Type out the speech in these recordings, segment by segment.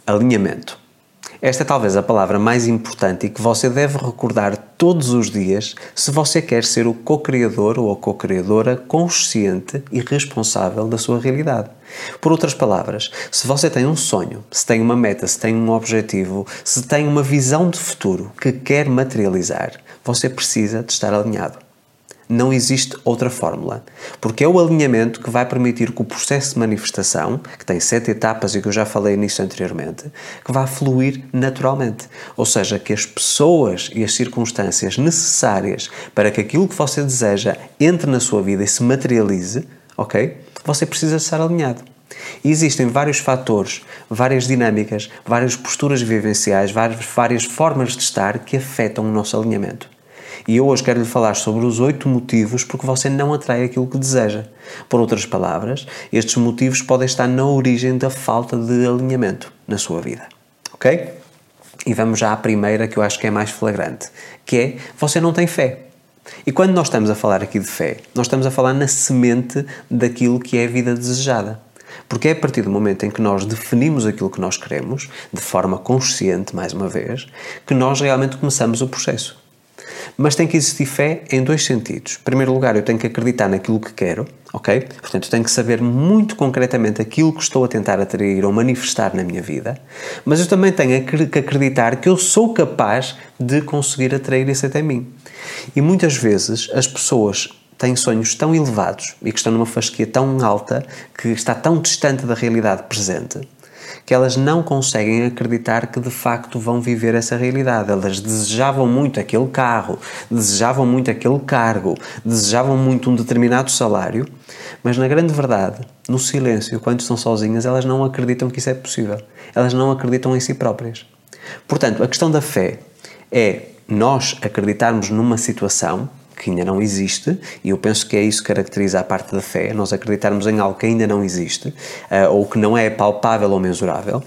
Alinhamento. Esta é talvez a palavra mais importante e que você deve recordar todos os dias se você quer ser o co-criador ou a co-criadora consciente e responsável da sua realidade. Por outras palavras, se você tem um sonho, se tem uma meta, se tem um objetivo, se tem uma visão de futuro que quer materializar, você precisa de estar alinhado. Não existe outra fórmula, porque é o alinhamento que vai permitir que o processo de manifestação, que tem 7 etapas e que eu já falei nisso anteriormente, que vá fluir naturalmente. Ou seja, que as pessoas e as circunstâncias necessárias para que aquilo que você deseja entre na sua vida e se materialize, ok? Você precisa estar alinhado. E existem vários fatores, várias dinâmicas, várias posturas vivenciais, várias formas de estar que afetam o nosso alinhamento. E eu hoje quero lhe falar sobre os 8 motivos porque você não atrai aquilo que deseja. Por outras palavras, estes motivos podem estar na origem da falta de alinhamento na sua vida. Ok? E vamos já à primeira, que eu acho que é mais flagrante, que é, você não tem fé. E quando nós estamos a falar aqui de fé, nós estamos a falar na semente daquilo que é a vida desejada. Porque é a partir do momento em que nós definimos aquilo que nós queremos, de forma consciente, mais uma vez, que nós realmente começamos o processo. Mas tem que existir fé em 2 sentidos. Em primeiro lugar, eu tenho que acreditar naquilo que quero, ok? Portanto, eu tenho que saber muito concretamente aquilo que estou a tentar atrair ou manifestar na minha vida, mas eu também tenho que acreditar que eu sou capaz de conseguir atrair isso até mim. E muitas vezes as pessoas têm sonhos tão elevados e que estão numa fasquia tão alta, que está tão distante da realidade presente, que elas não conseguem acreditar que de facto vão viver essa realidade. Elas desejavam muito aquele carro, desejavam muito aquele cargo, desejavam muito um determinado salário, mas na grande verdade, no silêncio, quando estão sozinhas, elas não acreditam que isso é possível. Elas não acreditam em si próprias. Portanto, a questão da fé é nós acreditarmos numa situação que ainda não existe, e eu penso que é isso que caracteriza a parte da fé, nós acreditarmos em algo que ainda não existe, ou que não é palpável ou mensurável,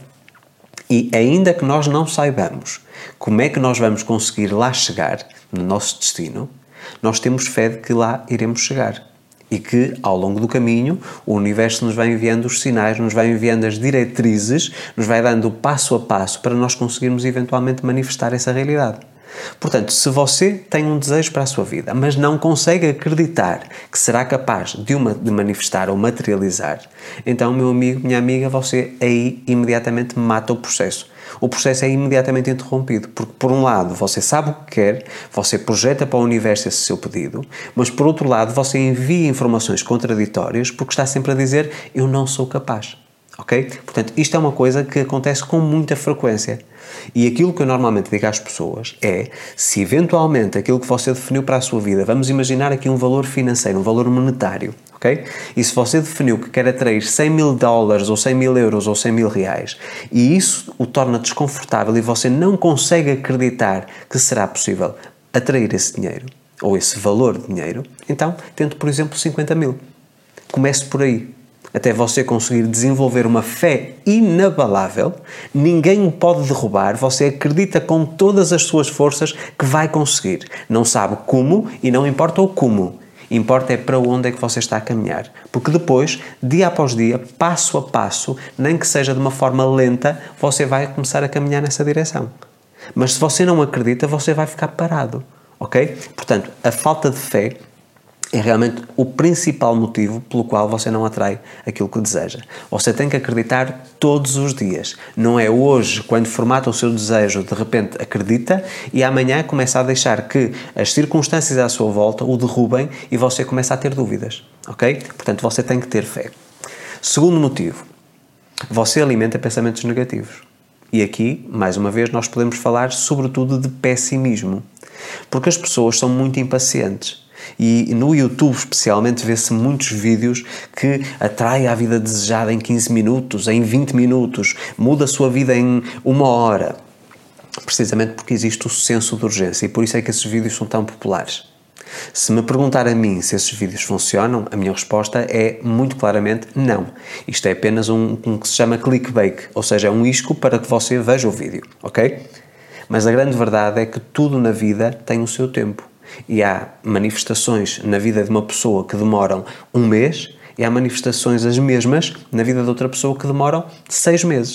e ainda que nós não saibamos como é que nós vamos conseguir lá chegar, no nosso destino, nós temos fé de que lá iremos chegar. E que, ao longo do caminho, o universo nos vai enviando os sinais, nos vai enviando as diretrizes, nos vai dando passo a passo para nós conseguirmos eventualmente manifestar essa realidade. Portanto, se você tem um desejo para a sua vida, mas não consegue acreditar que será capaz de manifestar ou materializar, então, meu amigo, minha amiga, você aí imediatamente mata o processo. O processo é imediatamente interrompido, porque por um lado você sabe o que quer, você projeta para o universo esse seu pedido, mas por outro lado você envia informações contraditórias porque está sempre a dizer eu não sou capaz. Ok? Portanto, isto é uma coisa que acontece com muita frequência. E aquilo que eu normalmente digo às pessoas é, se eventualmente aquilo que você definiu para a sua vida, vamos imaginar aqui um valor financeiro, um valor monetário, ok? E se você definiu que quer atrair $100.000 ou 100.000 euros ou 100.000 reais e isso o torna desconfortável e você não consegue acreditar que será possível atrair esse dinheiro ou esse valor de dinheiro, então tente, por exemplo, 50.000. Comece por aí. Até você conseguir desenvolver uma fé inabalável, ninguém o pode derrubar, você acredita com todas as suas forças que vai conseguir. Não sabe como e não importa o como, importa é para onde é que você está a caminhar. Porque depois, dia após dia, passo a passo, nem que seja de uma forma lenta, você vai começar a caminhar nessa direção. Mas se você não acredita, você vai ficar parado, ok? Portanto, a falta de fé é realmente o principal motivo pelo qual você não atrai aquilo que deseja. Você tem que acreditar todos os dias. Não é hoje, quando formata o seu desejo, de repente acredita e amanhã começa a deixar que as circunstâncias à sua volta o derrubem e você começa a ter dúvidas. Ok? Portanto, você tem que ter fé. Segundo motivo, você alimenta pensamentos negativos. E aqui, mais uma vez, nós podemos falar sobretudo de pessimismo. Porque as pessoas são muito impacientes. E no YouTube especialmente vê-se muitos vídeos que atraem a vida desejada em 15 minutos, em 20 minutos, muda a sua vida em 1 hora. Precisamente porque existe o senso de urgência e por isso é que esses vídeos são tão populares. Se me perguntar a mim se esses vídeos funcionam, a minha resposta é muito claramente não. Isto é apenas um que se chama clickbait, ou seja, é um isco para que você veja o vídeo, ok? Mas a grande verdade é que tudo na vida tem o seu tempo. E há manifestações na vida de uma pessoa que demoram 1 mês e há manifestações as mesmas na vida de outra pessoa que demoram 6 meses.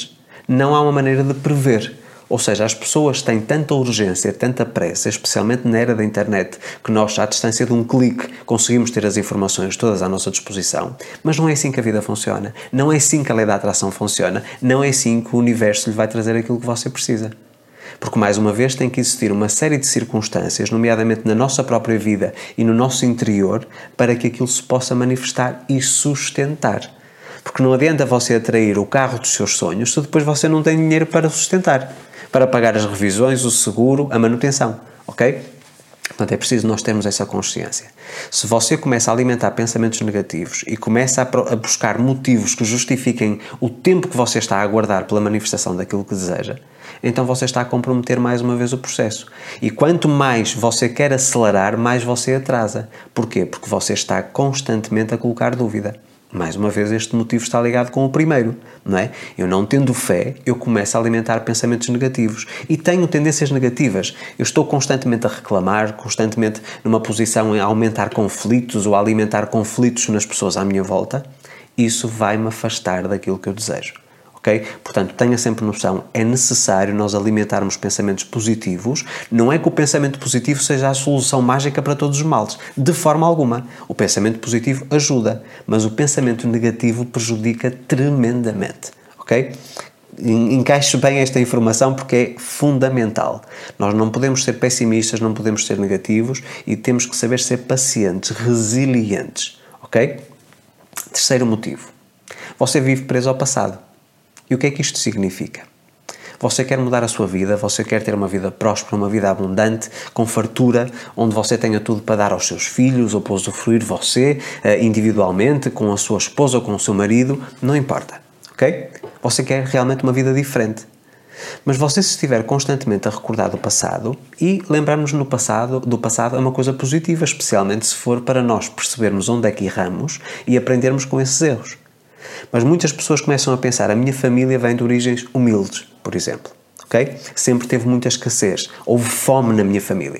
Não há uma maneira de prever. Ou seja, as pessoas têm tanta urgência, tanta pressa, especialmente na era da internet, que nós, à distância de um clique, conseguimos ter as informações todas à nossa disposição. Mas não é assim que a vida funciona. Não é assim que a lei da atração funciona. Não é assim que o universo lhe vai trazer aquilo que você precisa. Porque, mais uma vez, tem que existir uma série de circunstâncias, nomeadamente na nossa própria vida e no nosso interior, para que aquilo se possa manifestar e sustentar. Porque não adianta você atrair o carro dos seus sonhos se depois você não tem dinheiro para sustentar, para pagar as revisões, o seguro, a manutenção, ok? Portanto, é preciso nós termos essa consciência. Se você começa a alimentar pensamentos negativos e começa a buscar motivos que justifiquem o tempo que você está a aguardar pela manifestação daquilo que deseja, então você está a comprometer mais uma vez o processo. E quanto mais você quer acelerar, mais você atrasa. Porquê? Porque você está constantemente a colocar dúvida. Mais uma vez, este motivo está ligado com o primeiro, não é? Eu não tendo fé, eu começo a alimentar pensamentos negativos e tenho tendências negativas. Eu estou constantemente a reclamar, constantemente numa posição a aumentar conflitos ou a alimentar conflitos nas pessoas à minha volta. Isso vai-me afastar daquilo que eu desejo. Okay? Portanto, tenha sempre noção, é necessário nós alimentarmos pensamentos positivos. Não é que o pensamento positivo seja a solução mágica para todos os males, de forma alguma. O pensamento positivo ajuda, mas o pensamento negativo prejudica tremendamente. Ok? Encaixe bem esta informação porque é fundamental. Nós não podemos ser pessimistas, não podemos ser negativos e temos que saber ser pacientes, resilientes. Ok? Terceiro motivo. Você vive preso ao passado. E o que é que isto significa? Você quer mudar a sua vida, você quer ter uma vida próspera, uma vida abundante, com fartura, onde você tenha tudo para dar aos seus filhos ou para usufruir você, individualmente, com a sua esposa ou com o seu marido, não importa, ok? Você quer realmente uma vida diferente. Mas você, se estiver constantemente a recordar do passado, e lembrarmos do passado é uma coisa positiva, especialmente se for para nós percebermos onde é que erramos e aprendermos com esses erros. Mas muitas pessoas começam a pensar, a minha família vem de origens humildes, por exemplo, ok? Sempre teve muita escassez, houve fome na minha família.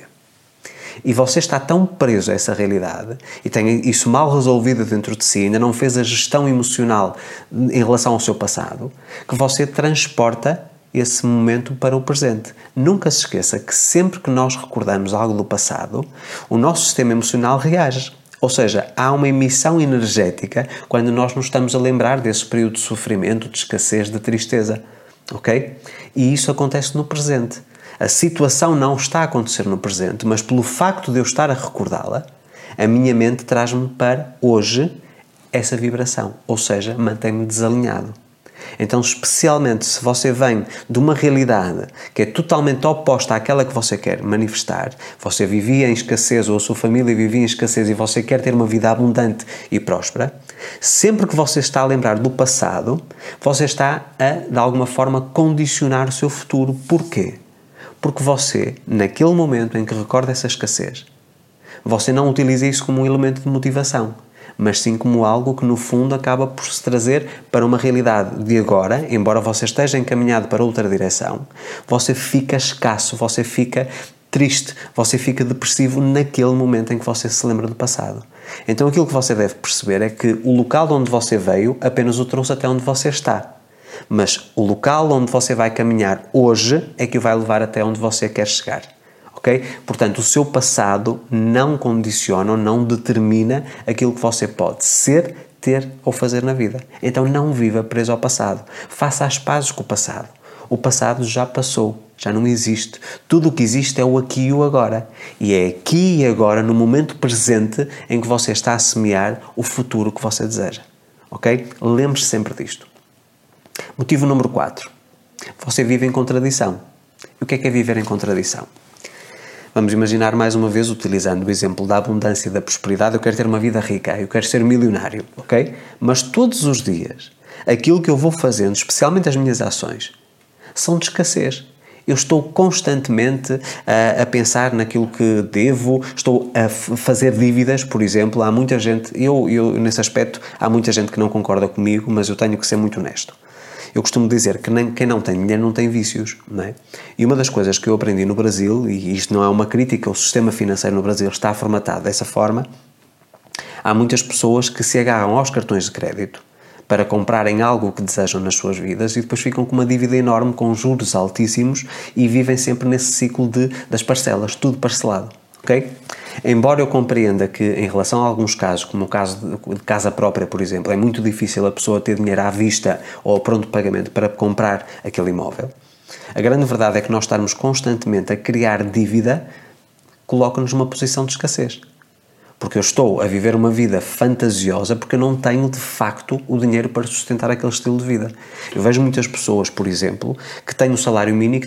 E você está tão preso a essa realidade e tem isso mal resolvido dentro de si, ainda não fez a gestão emocional em relação ao seu passado, que você transporta esse momento para o presente. Nunca se esqueça que sempre que nós recordamos algo do passado, o nosso sistema emocional reage. Ou seja, há uma emissão energética quando nós nos estamos a lembrar desse período de sofrimento, de escassez, de tristeza. Ok? E isso acontece no presente. A situação não está a acontecer no presente, mas pelo facto de eu estar a recordá-la, a minha mente traz-me para hoje essa vibração. Ou seja, mantém-me desalinhado. Então, especialmente se você vem de uma realidade que é totalmente oposta àquela que você quer manifestar, você vivia em escassez ou a sua família vivia em escassez e você quer ter uma vida abundante e próspera, sempre que você está a lembrar do passado, você está a, de alguma forma, condicionar o seu futuro. Porquê? Porque você, naquele momento em que recorda essa escassez, você não utiliza isso como um elemento de motivação, mas sim como algo que no fundo acaba por se trazer para uma realidade de agora, embora você esteja encaminhado para outra direção, você fica escasso, você fica triste, você fica depressivo naquele momento em que você se lembra do passado. Então aquilo que você deve perceber é que o local de onde você veio apenas o trouxe até onde você está, mas o local onde você vai caminhar hoje é que o vai levar até onde você quer chegar. Okay? Portanto, o seu passado não condiciona ou não determina aquilo que você pode ser, ter ou fazer na vida. Então não viva preso ao passado. Faça as pazes com o passado. O passado já passou, já não existe. Tudo o que existe é o aqui e o agora. E é aqui e agora, no momento presente, em que você está a semear o futuro que você deseja. Ok? Lembre-se sempre disto. Motivo número 4. Você vive em contradição. E o que é viver em contradição? Vamos imaginar mais uma vez, utilizando o exemplo da abundância e da prosperidade, eu quero ter uma vida rica, eu quero ser milionário, ok? Mas todos os dias, aquilo que eu vou fazendo, especialmente as minhas ações, são de escassez. Eu estou constantemente a pensar naquilo que devo, estou a fazer dívidas, por exemplo. Há muita gente, eu nesse aspecto, há muita gente que não concorda comigo, mas eu tenho que ser muito honesto. Eu costumo dizer que quem não tem dinheiro não tem vícios, não é? E uma das coisas que eu aprendi no Brasil, e isto não é uma crítica, o sistema financeiro no Brasil está formatado dessa forma, há muitas pessoas que se agarram aos cartões de crédito para comprarem algo que desejam nas suas vidas e depois ficam com uma dívida enorme, com juros altíssimos e vivem sempre nesse ciclo das parcelas, tudo parcelado, ok? Embora eu compreenda que em relação a alguns casos, como o caso de casa própria, por exemplo, é muito difícil a pessoa ter dinheiro à vista ou a pronto pagamento para comprar aquele imóvel, a grande verdade é que nós estarmos constantemente a criar dívida coloca-nos numa posição de escassez. Porque eu estou a viver uma vida fantasiosa porque eu não tenho, de facto, o dinheiro para sustentar aquele estilo de vida. Eu vejo muitas pessoas, por exemplo, que têm o salário mínimo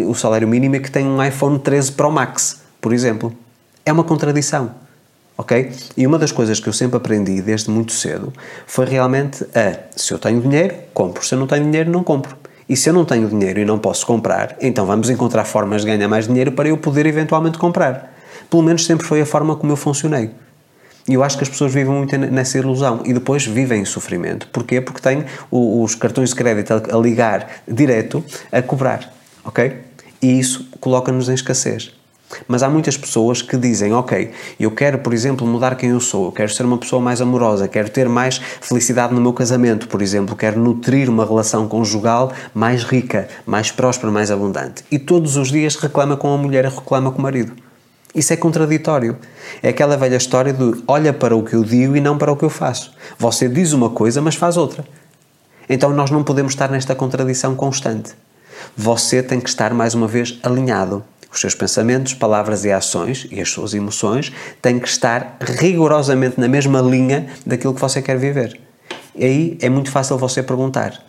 e que têm um iPhone 13 Pro Max, por exemplo. É uma contradição, ok? E uma das coisas que eu sempre aprendi desde muito cedo foi realmente se eu tenho dinheiro, compro. Se eu não tenho dinheiro, não compro. E se eu não tenho dinheiro e não posso comprar, então vamos encontrar formas de ganhar mais dinheiro para eu poder eventualmente comprar. Pelo menos sempre foi a forma como eu funcionei. E eu acho que as pessoas vivem muito nessa ilusão e depois vivem em sofrimento. Porquê? Porque têm os cartões de crédito a ligar direto a cobrar, ok? E isso coloca-nos em escassez. Mas há muitas pessoas que dizem, ok, eu quero, por exemplo, mudar quem eu sou, eu quero ser uma pessoa mais amorosa, quero ter mais felicidade no meu casamento, por exemplo, quero nutrir uma relação conjugal mais rica, mais próspera, mais abundante. E todos os dias reclama com a mulher e reclama com o marido. Isso é contraditório. É aquela velha história de olha para o que eu digo e não para o que eu faço. Você diz uma coisa, mas faz outra. Então nós não podemos estar nesta contradição constante. Você tem que estar, mais uma vez, alinhado. Os seus pensamentos, palavras e ações e as suas emoções têm que estar rigorosamente na mesma linha daquilo que você quer viver. E aí é muito fácil você perguntar: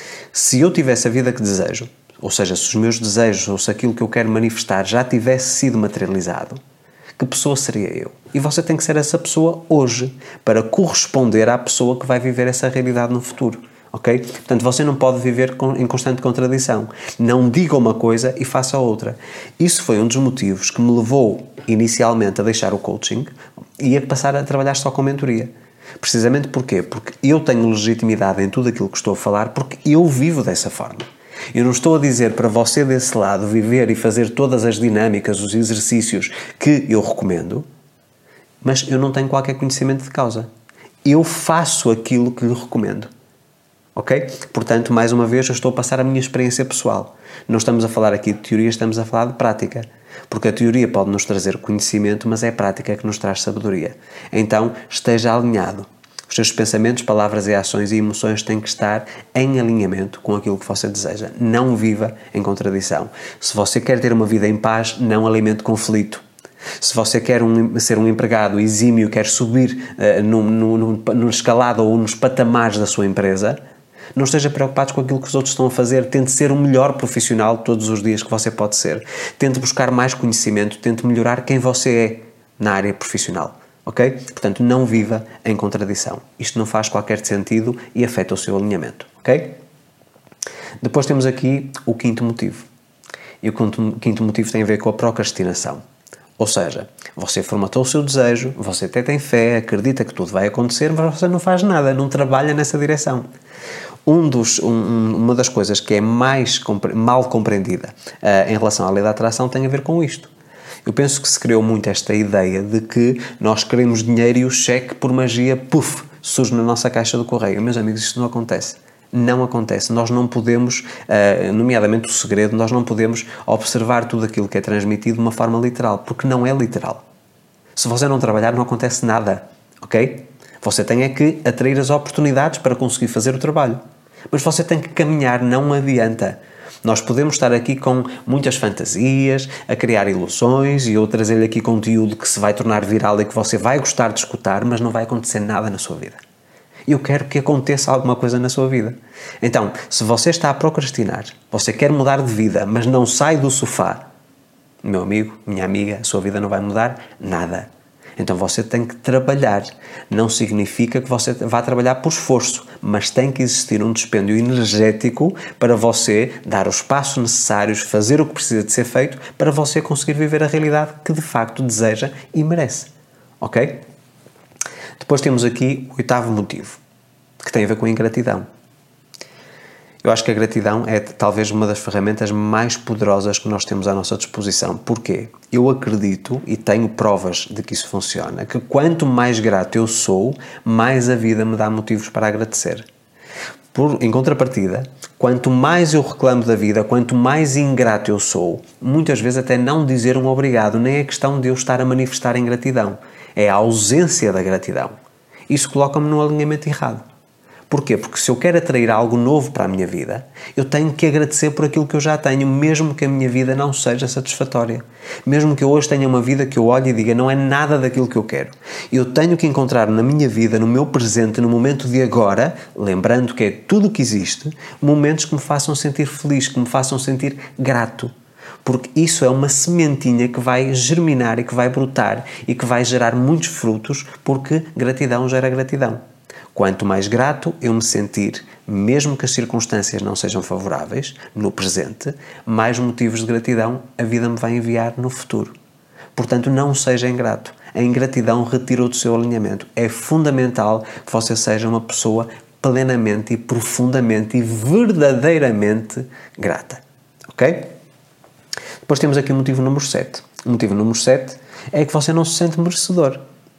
se eu tivesse a vida que desejo, ou seja, se os meus desejos ou se aquilo que eu quero manifestar já tivesse sido materializado, que pessoa seria eu? E você tem que ser essa pessoa hoje para corresponder à pessoa que vai viver essa realidade no futuro. Ok? Portanto, você não pode viver em constante contradição. Não diga uma coisa e faça outra. Isso foi um dos motivos que me levou inicialmente a deixar o coaching e a passar a trabalhar só com mentoria. Precisamente porquê? Porque eu tenho legitimidade em tudo aquilo que estou a falar porque eu vivo dessa forma. Eu não estou a dizer para você desse lado viver e fazer todas as dinâmicas, os exercícios que eu recomendo, mas eu não tenho qualquer conhecimento de causa. Eu faço aquilo que lhe recomendo. Ok? Portanto, mais uma vez, eu estou a passar a minha experiência pessoal. Não estamos a falar aqui de teoria, estamos a falar de prática. Porque a teoria pode nos trazer conhecimento, mas é a prática que nos traz sabedoria. Então, esteja alinhado. Os seus pensamentos, palavras e ações e emoções têm que estar em alinhamento com aquilo que você deseja. Não viva em contradição. Se você quer ter uma vida em paz, não alimente conflito. Se você quer ser um empregado exímio, quer subir no escalado ou nos patamares da sua empresa, não esteja preocupado com aquilo que os outros estão a fazer. Tente ser o melhor profissional todos os dias que você pode ser. Tente buscar mais conhecimento, tente melhorar quem você é na área profissional. Ok? Portanto, não viva em contradição. Isto não faz qualquer sentido e afeta o seu alinhamento. Ok? Depois temos aqui o quinto motivo. E o quinto motivo tem a ver com a procrastinação. Ou seja, você formatou o seu desejo, você até tem fé, acredita que tudo vai acontecer, mas você não faz nada, não trabalha nessa direção. Uma das coisas que é mais mal compreendida em relação à lei da atração tem a ver com isto. Eu penso que se criou muito esta ideia de que nós queremos dinheiro e o cheque, por magia, surge na nossa caixa do correio. Meus amigos, isto não acontece. Não acontece. Nós não podemos, nomeadamente o segredo, nós não podemos observar tudo aquilo que é transmitido de uma forma literal, porque não é literal. Se você não trabalhar, não acontece nada, ok? Você tem é que atrair as oportunidades para conseguir fazer o trabalho. Mas você tem que caminhar, não adianta. Nós podemos estar aqui com muitas fantasias, a criar ilusões e eu trazer-lhe aqui conteúdo que se vai tornar viral e que você vai gostar de escutar, mas não vai acontecer nada na sua vida. Eu quero que aconteça alguma coisa na sua vida. Então, se você está a procrastinar, você quer mudar de vida, mas não sai do sofá, meu amigo, minha amiga, a sua vida não vai mudar nada. Então você tem que trabalhar. Não significa que você vá trabalhar por esforço, mas tem que existir um dispêndio energético para você dar os passos necessários, fazer o que precisa de ser feito para você conseguir viver a realidade que de facto deseja e merece. Ok? Depois temos aqui o oitavo motivo, que tem a ver com a ingratidão. Eu acho que a gratidão é talvez uma das ferramentas mais poderosas que nós temos à nossa disposição. Porquê? Eu acredito, e tenho provas de que isso funciona, que quanto mais grato eu sou, mais a vida me dá motivos para agradecer. Em contrapartida, quanto mais eu reclamo da vida, quanto mais ingrato eu sou, muitas vezes até não dizer um obrigado, nem é questão de eu estar a manifestar ingratidão, é a ausência da gratidão. Isso coloca-me num alinhamento errado. Porquê? Porque se eu quero atrair algo novo para a minha vida, eu tenho que agradecer por aquilo que eu já tenho, mesmo que a minha vida não seja satisfatória. Mesmo que eu hoje tenha uma vida que eu olhe e diga não é nada daquilo que eu quero. Eu tenho que encontrar na minha vida, no meu presente, no momento de agora, lembrando que é tudo o que existe, momentos que me façam sentir feliz, que me façam sentir grato. Porque isso é uma sementinha que vai germinar e que vai brotar e que vai gerar muitos frutos, porque gratidão gera gratidão. Quanto mais grato eu me sentir, mesmo que as circunstâncias não sejam favoráveis, no presente, mais motivos de gratidão a vida me vai enviar no futuro. Portanto, não seja ingrato. A ingratidão retira-o do seu alinhamento. É fundamental que você seja uma pessoa plenamente e profundamente e verdadeiramente grata. Ok? Depois temos aqui o motivo número 7. O motivo número 7 é que você não se sente merecedor.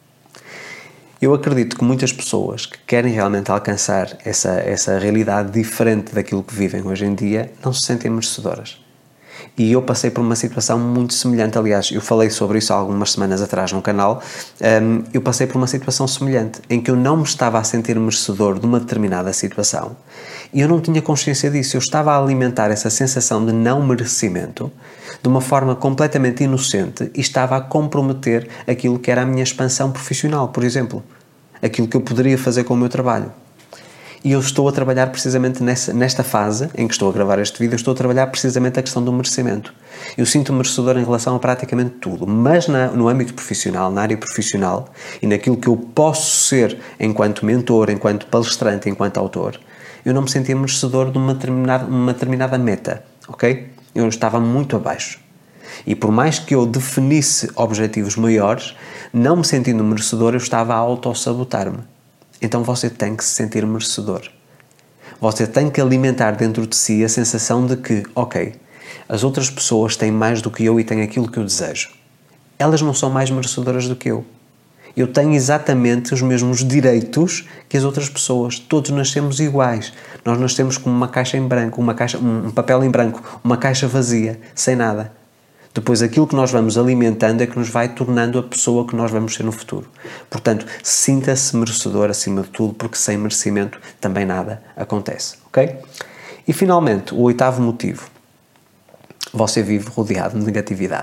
Eu acredito que muitas pessoas que querem realmente alcançar essa realidade diferente daquilo que vivem hoje em dia não se sentem merecedoras. E eu passei por uma situação muito semelhante. Aliás, eu falei sobre isso há algumas semanas atrás no canal. Eu passei por uma situação semelhante, em que eu não me estava a sentir merecedor de uma determinada situação e eu não tinha consciência disso. Eu estava a alimentar essa sensação de não merecimento de uma forma completamente inocente e estava a comprometer aquilo que era a minha expansão profissional, por exemplo. Aquilo que eu poderia fazer com o meu trabalho. E eu estou a trabalhar precisamente nesta fase em que estou a gravar este vídeo, eu estou a trabalhar precisamente a questão do merecimento. Eu sinto-me merecedor em relação a praticamente tudo, mas no âmbito profissional, na área profissional e naquilo que eu posso ser enquanto mentor, enquanto palestrante, enquanto autor, eu não me sentia merecedor de uma determinada meta, ok? Eu estava muito abaixo. E por mais que eu definisse objetivos maiores, não me sentindo merecedor, eu estava a autossabotar-me. Então você tem que se sentir merecedor. Você tem que alimentar dentro de si a sensação de que, ok, as outras pessoas têm mais do que eu e têm aquilo que eu desejo. Elas não são mais merecedoras do que eu. Eu tenho exatamente os mesmos direitos que as outras pessoas. Todos nascemos iguais. Nós nascemos como uma caixa em branco, um papel em branco, uma caixa vazia, sem nada. Depois, aquilo que nós vamos alimentando é que nos vai tornando a pessoa que nós vamos ser no futuro. Portanto, sinta-se merecedor acima de tudo, porque sem merecimento também nada acontece, ok? E, finalmente, o 8º motivo. Você vive rodeado de negatividade.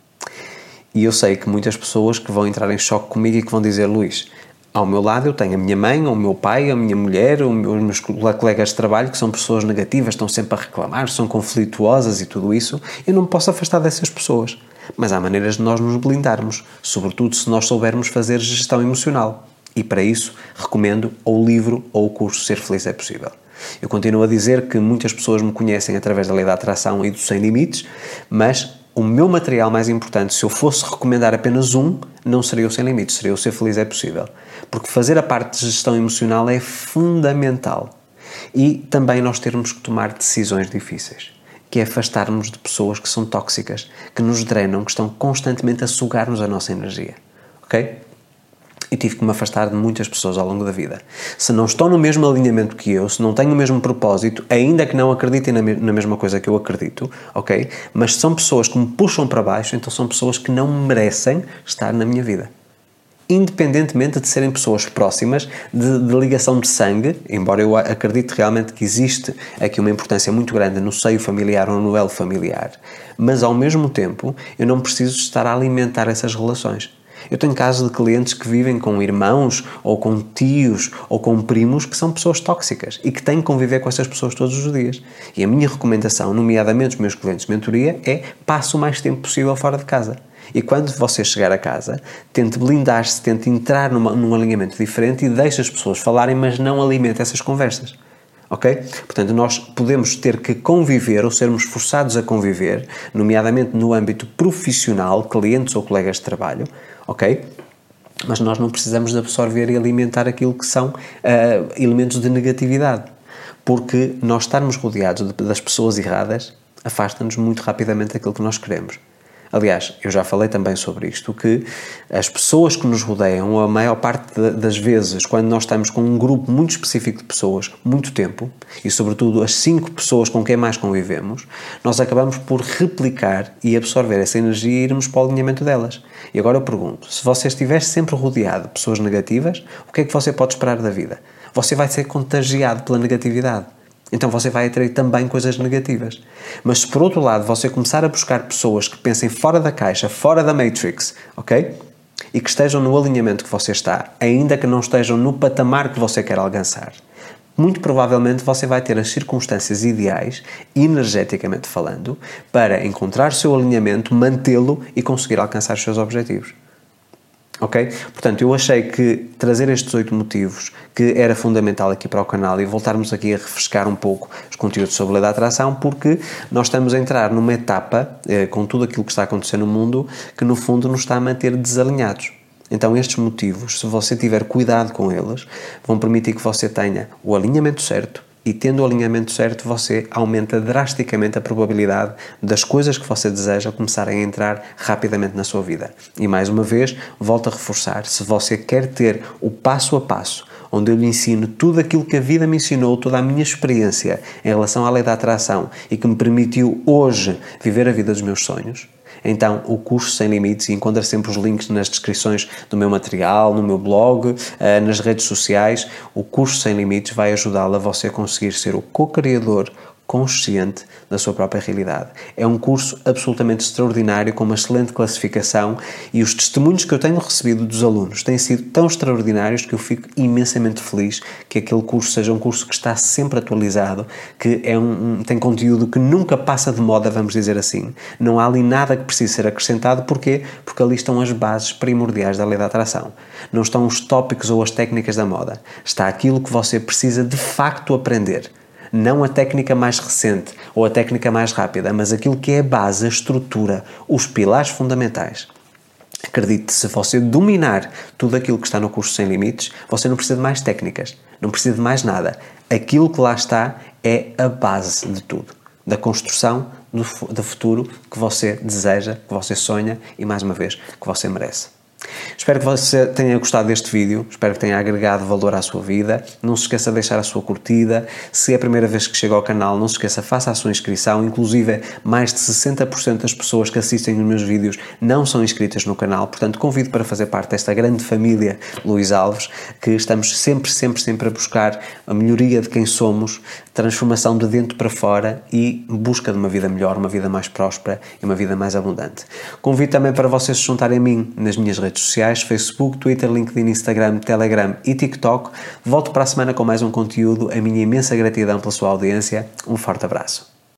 E eu sei que muitas pessoas que vão entrar em choque comigo e que vão dizer, Luís, ao meu lado eu tenho a minha mãe, o meu pai, a minha mulher, os meus colegas de trabalho que são pessoas negativas, estão sempre a reclamar, são conflituosas e tudo isso. Eu não me posso afastar dessas pessoas. Mas há maneiras de nós nos blindarmos, sobretudo se nós soubermos fazer gestão emocional. E para isso recomendo ou o livro ou o curso Ser Feliz é Possível. Eu continuo a dizer que muitas pessoas me conhecem através da Lei da Atração e do Sem Limites, mas o meu material mais importante, se eu fosse recomendar apenas um, não seria o Sem Limites, seria o Ser Feliz é Possível. Porque fazer a parte de gestão emocional é fundamental. E também nós termos que tomar decisões difíceis, que é afastarmos de pessoas que são tóxicas, que nos drenam, que estão constantemente a sugar-nos a nossa energia. Ok? Eu tive que me afastar de muitas pessoas ao longo da vida. Se não estão no mesmo alinhamento que eu, se não têm o mesmo propósito, ainda que não acreditem na mesma coisa que eu acredito, ok? Mas são pessoas que me puxam para baixo, então são pessoas que não merecem estar na minha vida. Independentemente de serem pessoas próximas, de ligação de sangue, embora eu acredite realmente que existe aqui uma importância muito grande no seio familiar ou no elo familiar, mas ao mesmo tempo eu não preciso estar a alimentar essas relações. Eu tenho casos de clientes que vivem com irmãos, ou com tios, ou com primos, que são pessoas tóxicas e que têm que conviver com essas pessoas todos os dias. E a minha recomendação, nomeadamente os meus clientes de mentoria, é passe o mais tempo possível fora de casa. E quando você chegar a casa, tente blindar-se, tente entrar num alinhamento diferente e deixe as pessoas falarem, mas não alimente essas conversas. Ok? Portanto, nós podemos ter que conviver ou sermos forçados a conviver, nomeadamente no âmbito profissional, clientes ou colegas de trabalho, ok? Mas nós não precisamos de absorver e alimentar aquilo que são elementos de negatividade, porque nós estarmos rodeados das pessoas erradas afasta-nos muito rapidamente daquilo que nós queremos. Aliás, eu já falei também sobre isto, que as pessoas que nos rodeiam, a maior parte das vezes, quando nós estamos com um grupo muito específico de pessoas, muito tempo, e sobretudo as 5 pessoas com quem mais convivemos, nós acabamos por replicar e absorver essa energia e irmos para o alinhamento delas. E agora eu pergunto, se você estiver sempre rodeado de pessoas negativas, o que é que você pode esperar da vida? Você vai ser contagiado pela negatividade. Então você vai atrair também coisas negativas. Mas se por outro lado você começar a buscar pessoas que pensem fora da caixa, fora da Matrix, ok? E que estejam no alinhamento que você está, ainda que não estejam no patamar que você quer alcançar, muito provavelmente você vai ter as circunstâncias ideais, energeticamente falando, para encontrar o seu alinhamento, mantê-lo e conseguir alcançar os seus objetivos. Ok? Portanto, eu achei que trazer estes 8 motivos que era fundamental aqui para o canal e voltarmos aqui a refrescar um pouco os conteúdos sobre a lei da atração, porque nós estamos a entrar numa etapa, com tudo aquilo que está a acontecer no mundo, que no fundo nos está a manter desalinhados. Então estes motivos, se você tiver cuidado com eles, vão permitir que você tenha o alinhamento certo, e tendo o alinhamento certo, você aumenta drasticamente a probabilidade das coisas que você deseja começarem a entrar rapidamente na sua vida. E mais uma vez, volto a reforçar, se você quer ter o passo a passo, onde eu lhe ensino tudo aquilo que a vida me ensinou, toda a minha experiência em relação à lei da atração e que me permitiu hoje viver a vida dos meus sonhos, então o curso Sem Limites, e encontra sempre os links nas descrições do meu material, no meu blog, nas redes sociais, o curso Sem Limites vai ajudá-lo a você conseguir ser o co-criador consciente da sua própria realidade. É um curso absolutamente extraordinário, com uma excelente classificação, e os testemunhos que eu tenho recebido dos alunos têm sido tão extraordinários que eu fico imensamente feliz que aquele curso seja um curso que está sempre atualizado, que tem conteúdo que nunca passa de moda, vamos dizer assim. Não há ali nada que precise ser acrescentado. Porquê? Porque ali estão as bases primordiais da lei da atração. Não estão os tópicos ou as técnicas da moda. Está aquilo que você precisa de facto aprender. Não a técnica mais recente ou a técnica mais rápida, mas aquilo que é a base, a estrutura, os pilares fundamentais. Acredite, se você dominar tudo aquilo que está no curso Sem Limites, você não precisa de mais técnicas, não precisa de mais nada. Aquilo que lá está é a base de tudo, da construção do futuro que você deseja, que você sonha e, mais uma vez, que você merece. Espero que você tenha gostado deste vídeo, espero que tenha agregado valor à sua vida. Não se esqueça de deixar a sua curtida. Se é a primeira vez que chega ao canal, não se esqueça, faça a sua inscrição. Inclusive, mais de 60% das pessoas que assistem os meus vídeos não são inscritas no canal, portanto convido para fazer parte desta grande família Luís Alves, que estamos sempre a buscar a melhoria de quem somos, transformação de dentro para fora e busca de uma vida melhor, uma vida mais próspera e uma vida mais abundante. Convido também para vocês se juntarem a mim nas minhas redes sociais, Facebook, Twitter, LinkedIn, Instagram, Telegram e TikTok. Volto para a semana com mais um conteúdo. A minha imensa gratidão pela sua audiência. Um forte abraço.